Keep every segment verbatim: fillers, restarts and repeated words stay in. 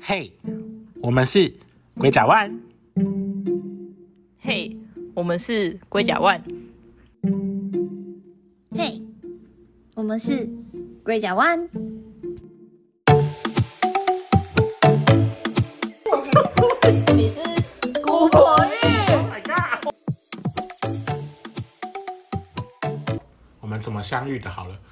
嘿，我们是龟甲万。 嘿，我们是龟甲万。 嘿，我们是龟甲万。 你是姑婆玉。 Oh my god！ 我们怎么相遇的？好了，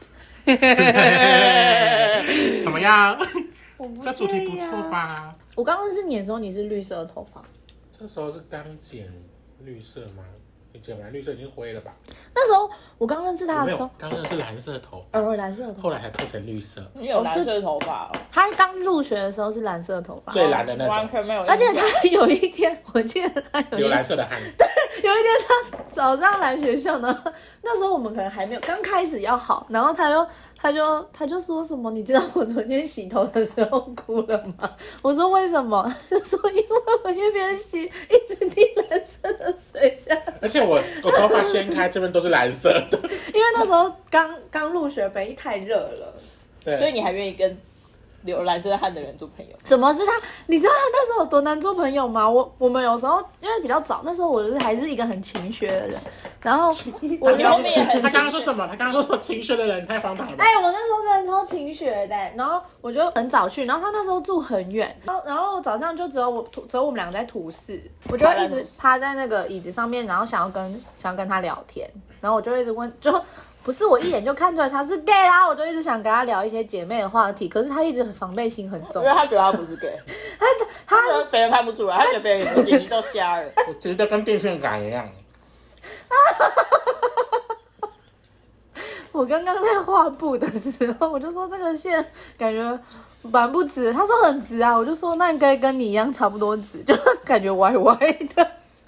怎么样？这主题不错吧？ 我刚认识你的时候，你是绿色的头发。 这时候是刚剪绿色吗？你剪完绿色已经灰了吧？ 那时候我刚认识他的时候， 刚认识蓝色的头发， 呃，蓝色的头发， 后来还涂成绿色。 你有蓝色头发哦？ 他刚入学的时候是蓝色的头发， 最蓝的那种， 完全没有。 而且他有一天，我记得他有一有天蓝色的汗。 有一天他早上来学校呢，那时候我们可能还没有刚开始要好，然后他就他就他就说什么，你知道我昨天洗头的时候哭了吗？我说为什么？他说因为我一边洗一直滴蓝色的水下来， 而且我我头发掀开这边都是蓝色的， 因为那时候刚刚入学，北一太热了。 对， 所以你还愿意跟流蓝色汗的人做朋友？ 什么是他？你知道他那时候有多难做朋友吗？我我们有时候因为比较早，那时候我就是还是一个很勤学的人，然后我你后面也很他刚刚说什么？他刚刚说说勤学的人太荒唐了吧。 哎，我那时候真的超勤学的，然后我就很早去，然后他那时候住很远，然后然后早上就只有我只有我们两个在图室，我就一直趴在那个椅子上面，然后想要跟想要跟他聊天，然后我就一直问，就不是我一眼就看出来他是 gay 啦，我就一直想跟他聊一些姐妹的话题，可是他一直防备心很重， 因为他觉得他不是 gay， 他他他觉得别人看不出来，他觉得别人眼睛都瞎了。 我觉得跟电线杆一样。 我刚刚在画布的时候，我就说这个线感觉蛮不直，他说很直啊，我就说那应该跟你一样差不多直，就感觉歪歪的。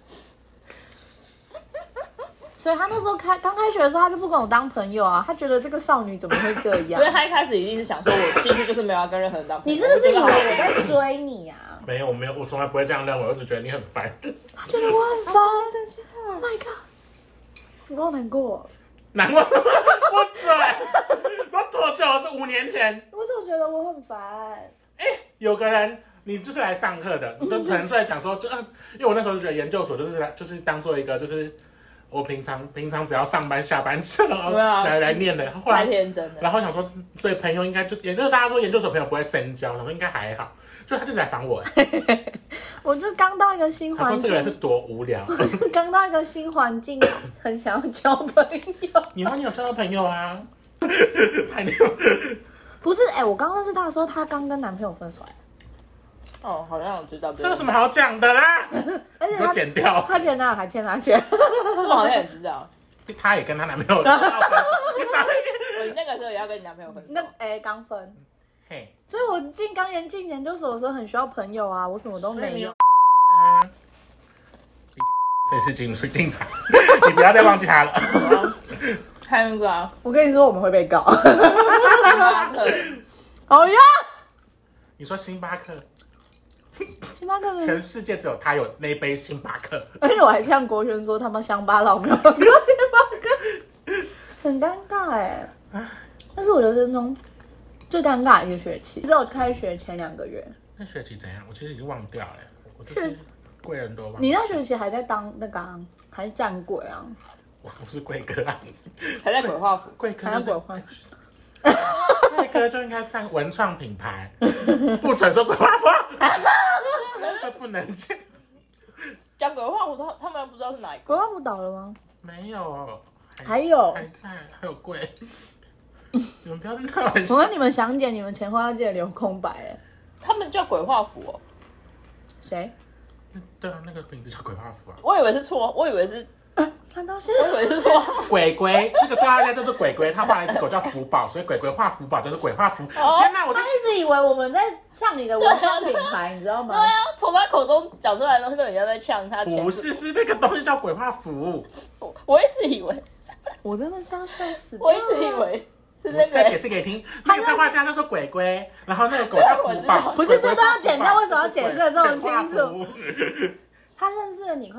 所以他那时候开刚开学的时候，他就不跟我当朋友啊，他觉得这个少女怎么会这样所以？他一开始一定是想说，我进去就是没有要跟任何人当朋友。 你是不是以为我在追你啊？ 没有，我没有，我从来不会这样认为，我只觉得你很烦。 他觉得我很烦。Oh my god！ 你好难过。 难怪不准，我多久？是五年前。 我怎么觉得我很烦？ 哎，有个人，你就是来上课的，你就纯粹讲说，就嗯，因为我那时候就觉得研究所就是来就是当做一个就是我平常平常只要上班下班之后然后来来念的，后来太天真了。 然后想说，所以朋友应该就研究大家说研究所朋友不会深交，想说应该还好，就他就来烦我。 我就刚到一个新环境， 他说这个人是多无聊。 刚到一个新环境，很想要交朋友。 你说你有交到朋友啊？太牛！ 不是，哎、欸，我刚认识他的时候，他刚跟男朋友分手、欸。 哦，好像我知道。 这有什么好讲的啦？ 而且你就剪掉。 他前男友还欠他钱。 这我好像也知道。 她也跟她男朋友分手。你傻你那个时候也要跟你男朋友分手？ 那哎，刚、欸、分。 嘿， 所以我进刚研进研究所的时候很需要朋友啊，我什么都没有。 这是警署警察，你不要再忘记他了。 还有那个啊， 我跟你说我们会被告。 星巴克。 好呀。 你说星巴克？ 星巴克全世界只有他有那杯星巴克。 而且我还向国轩说他们乡巴佬没有喝星巴克，很尴尬哎、欸。但是我人生中最尴尬的一个学期，只有开学前两个月。 那学期怎样？我其实已经忘掉了。我就是贵人多吧。 你那学期还在当那个、啊，还站柜啊？ 我不是贵哥啊， 还在鬼画符。 贵哥还在鬼画。 贵哥就应该站文创品牌，不准说鬼画符，这不能讲。 讲鬼画符，他他们不知道是哪一个。 鬼画符倒了吗？ 没有，还, 还有还在，还有贵。你们不要开玩笑。 我跟你们详解，你们前后要记得留空白哎。 他们叫鬼画符哦。 谁？ 对啊，那个名字叫鬼画符啊。 我以为是错，我以为是。 难道是？ 我以为是错。 鬼鬼，这个是他家就是鬼鬼，他画了一只狗叫福宝，所以鬼鬼画福宝就是鬼画符。 哦、 天哪，我就他一直以为我们在呛你的文创品牌，你知道吗？ 对啊，从他口中讲出来的东西，人家在呛他。 不是，是那个东西叫鬼画符。 我我也是以为， 我真的是要笑死。 我一直以为是那个。 再解释给你听，那个插画家那说鬼鬼，然后那个狗叫福宝。 不是，这都要剪掉，为什么要解释的这么清楚？他认识了你快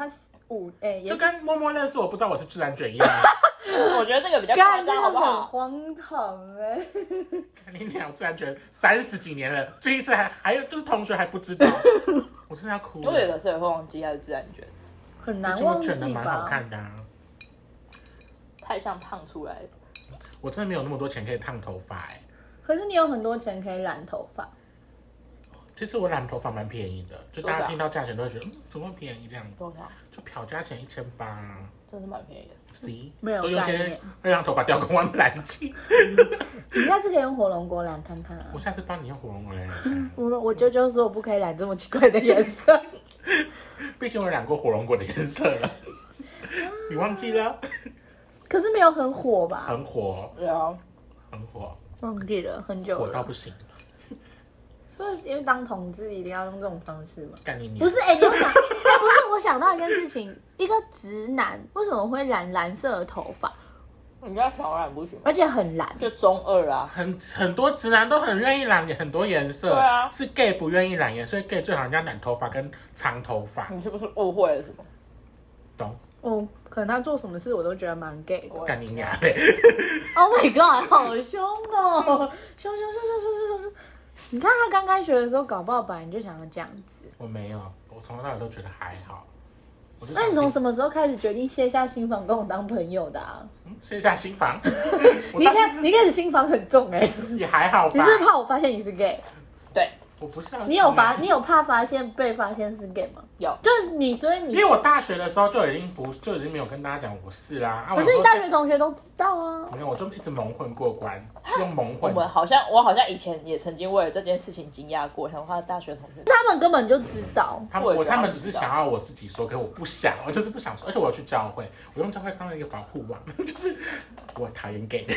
五哎， 就跟默默认识我不知道我是自然卷一样。 我觉得这个比较夸张，好不好？ 很荒唐哎！ 你俩自然卷三十几年了，最近是还还有就是同学还不知道，我真的要哭了。 我有的时候也会忘记他是自然卷， 很难忘记吧？ 卷的蛮好看的啊， 太像烫出来的。 我真的没有那么多钱可以烫头发哎、欸。 可是你有很多钱可以染头发。 其实我染头发蛮便宜的，就大家听到价钱都会觉得，嗯，怎么会便宜这样子？ 多少？ 就漂价钱一千八， 真的是蛮便宜的。 C 没有都用些概念会让头发掉光光的染剂。 你下次可以用火龙果染看看啊。 我下次帮你用火龙果来染看。 我我舅舅说我不可以染这么奇怪的颜色， 毕竟我染过火龙果的颜色了，你忘记了？ 可是没有很火吧？ 很火， 对啊， 很火， 忘记了很久了。 火到不行。 所以因为当同志一定要用这种方式吗？ 干你娘！ 不是，哎、欸，你有想？哎、欸，不是，我想到一件事情，一个直男为什么会染蓝色的头发， 你要小染不行吗？ 而且很蓝？ 就中二啊。 很很多直男都很愿意染很多颜色， 对啊， 是 gay 不愿意染颜色，所以 gay 最好人家染头发跟长头发， 你是不是误会了什么？ 懂？ 哦，可能他做什么事我都觉得蛮 gay 的。 干你娘嘞 Oh my god， 好凶哦！凶凶凶凶凶凶凶！你看他刚开学的时候搞不好本来你就想要这样子。 我没有，我从头到尾都觉得还好。我就那你从什么时候开始决定卸下心防跟我当朋友的啊？ 嗯，卸下心防。 你看，你一开始心防很重哎、欸， 也还好吧。 你是不是怕我发现你是 gay？ 对， 我不是要。 你有发，你有怕发现被发现是 gay 吗？ 有， 就是你，所以你因为我大学的时候就已经不就已经没有跟大家讲我是啦。啊、 可是你大学同学都知道啊。 没有，我就一直蒙混过关，用蒙我混。 们好像我好像以前也曾经为了这件事情惊讶过，想说他的大学同学， 他们根本就知道。 他们我他们只是想要我自己说，可是我不想，我就是不想说，而且我要去教会，我用教会当了一个保护网，就是我讨厌 gay 的。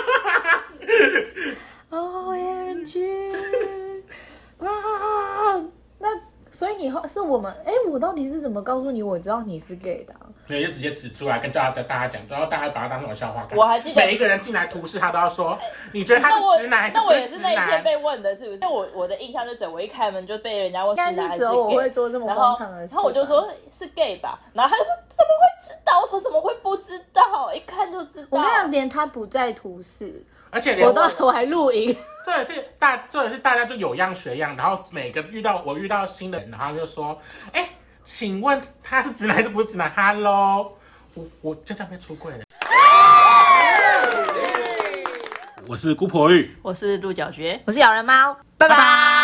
哦，有人去啊！那所以你后是我们哎，我到底是怎么告诉你我知道你是 gay 的、啊？ 对，就直接指出来跟大家大家讲，然后大家把它当成笑话看。 我还记得每一个人进来图示他都要说，你觉得他是直男还是那我不是直也是那一天男？ 被问的，是不是？因为我我的印象就只有我一开门就被人家问是应该男还是是只有我会 gay， 做这么然后荒唐的事吧。 然后我就说是 gay 吧，然后他就说怎么会知道？我说怎么会不知道？一看就知道。 我跟你讲，连他不在图示， 而且连我都我还录影。 这也是大，这也是大家就有样学样，然后每个遇到我遇到新的人，然后就说，哎、欸，请问他是直男还是不是直男 ？Hello， 我我就这样被出柜了。我是姑婆玉， 我是鹿角蕨， 我是咬人猫，拜拜。拜拜。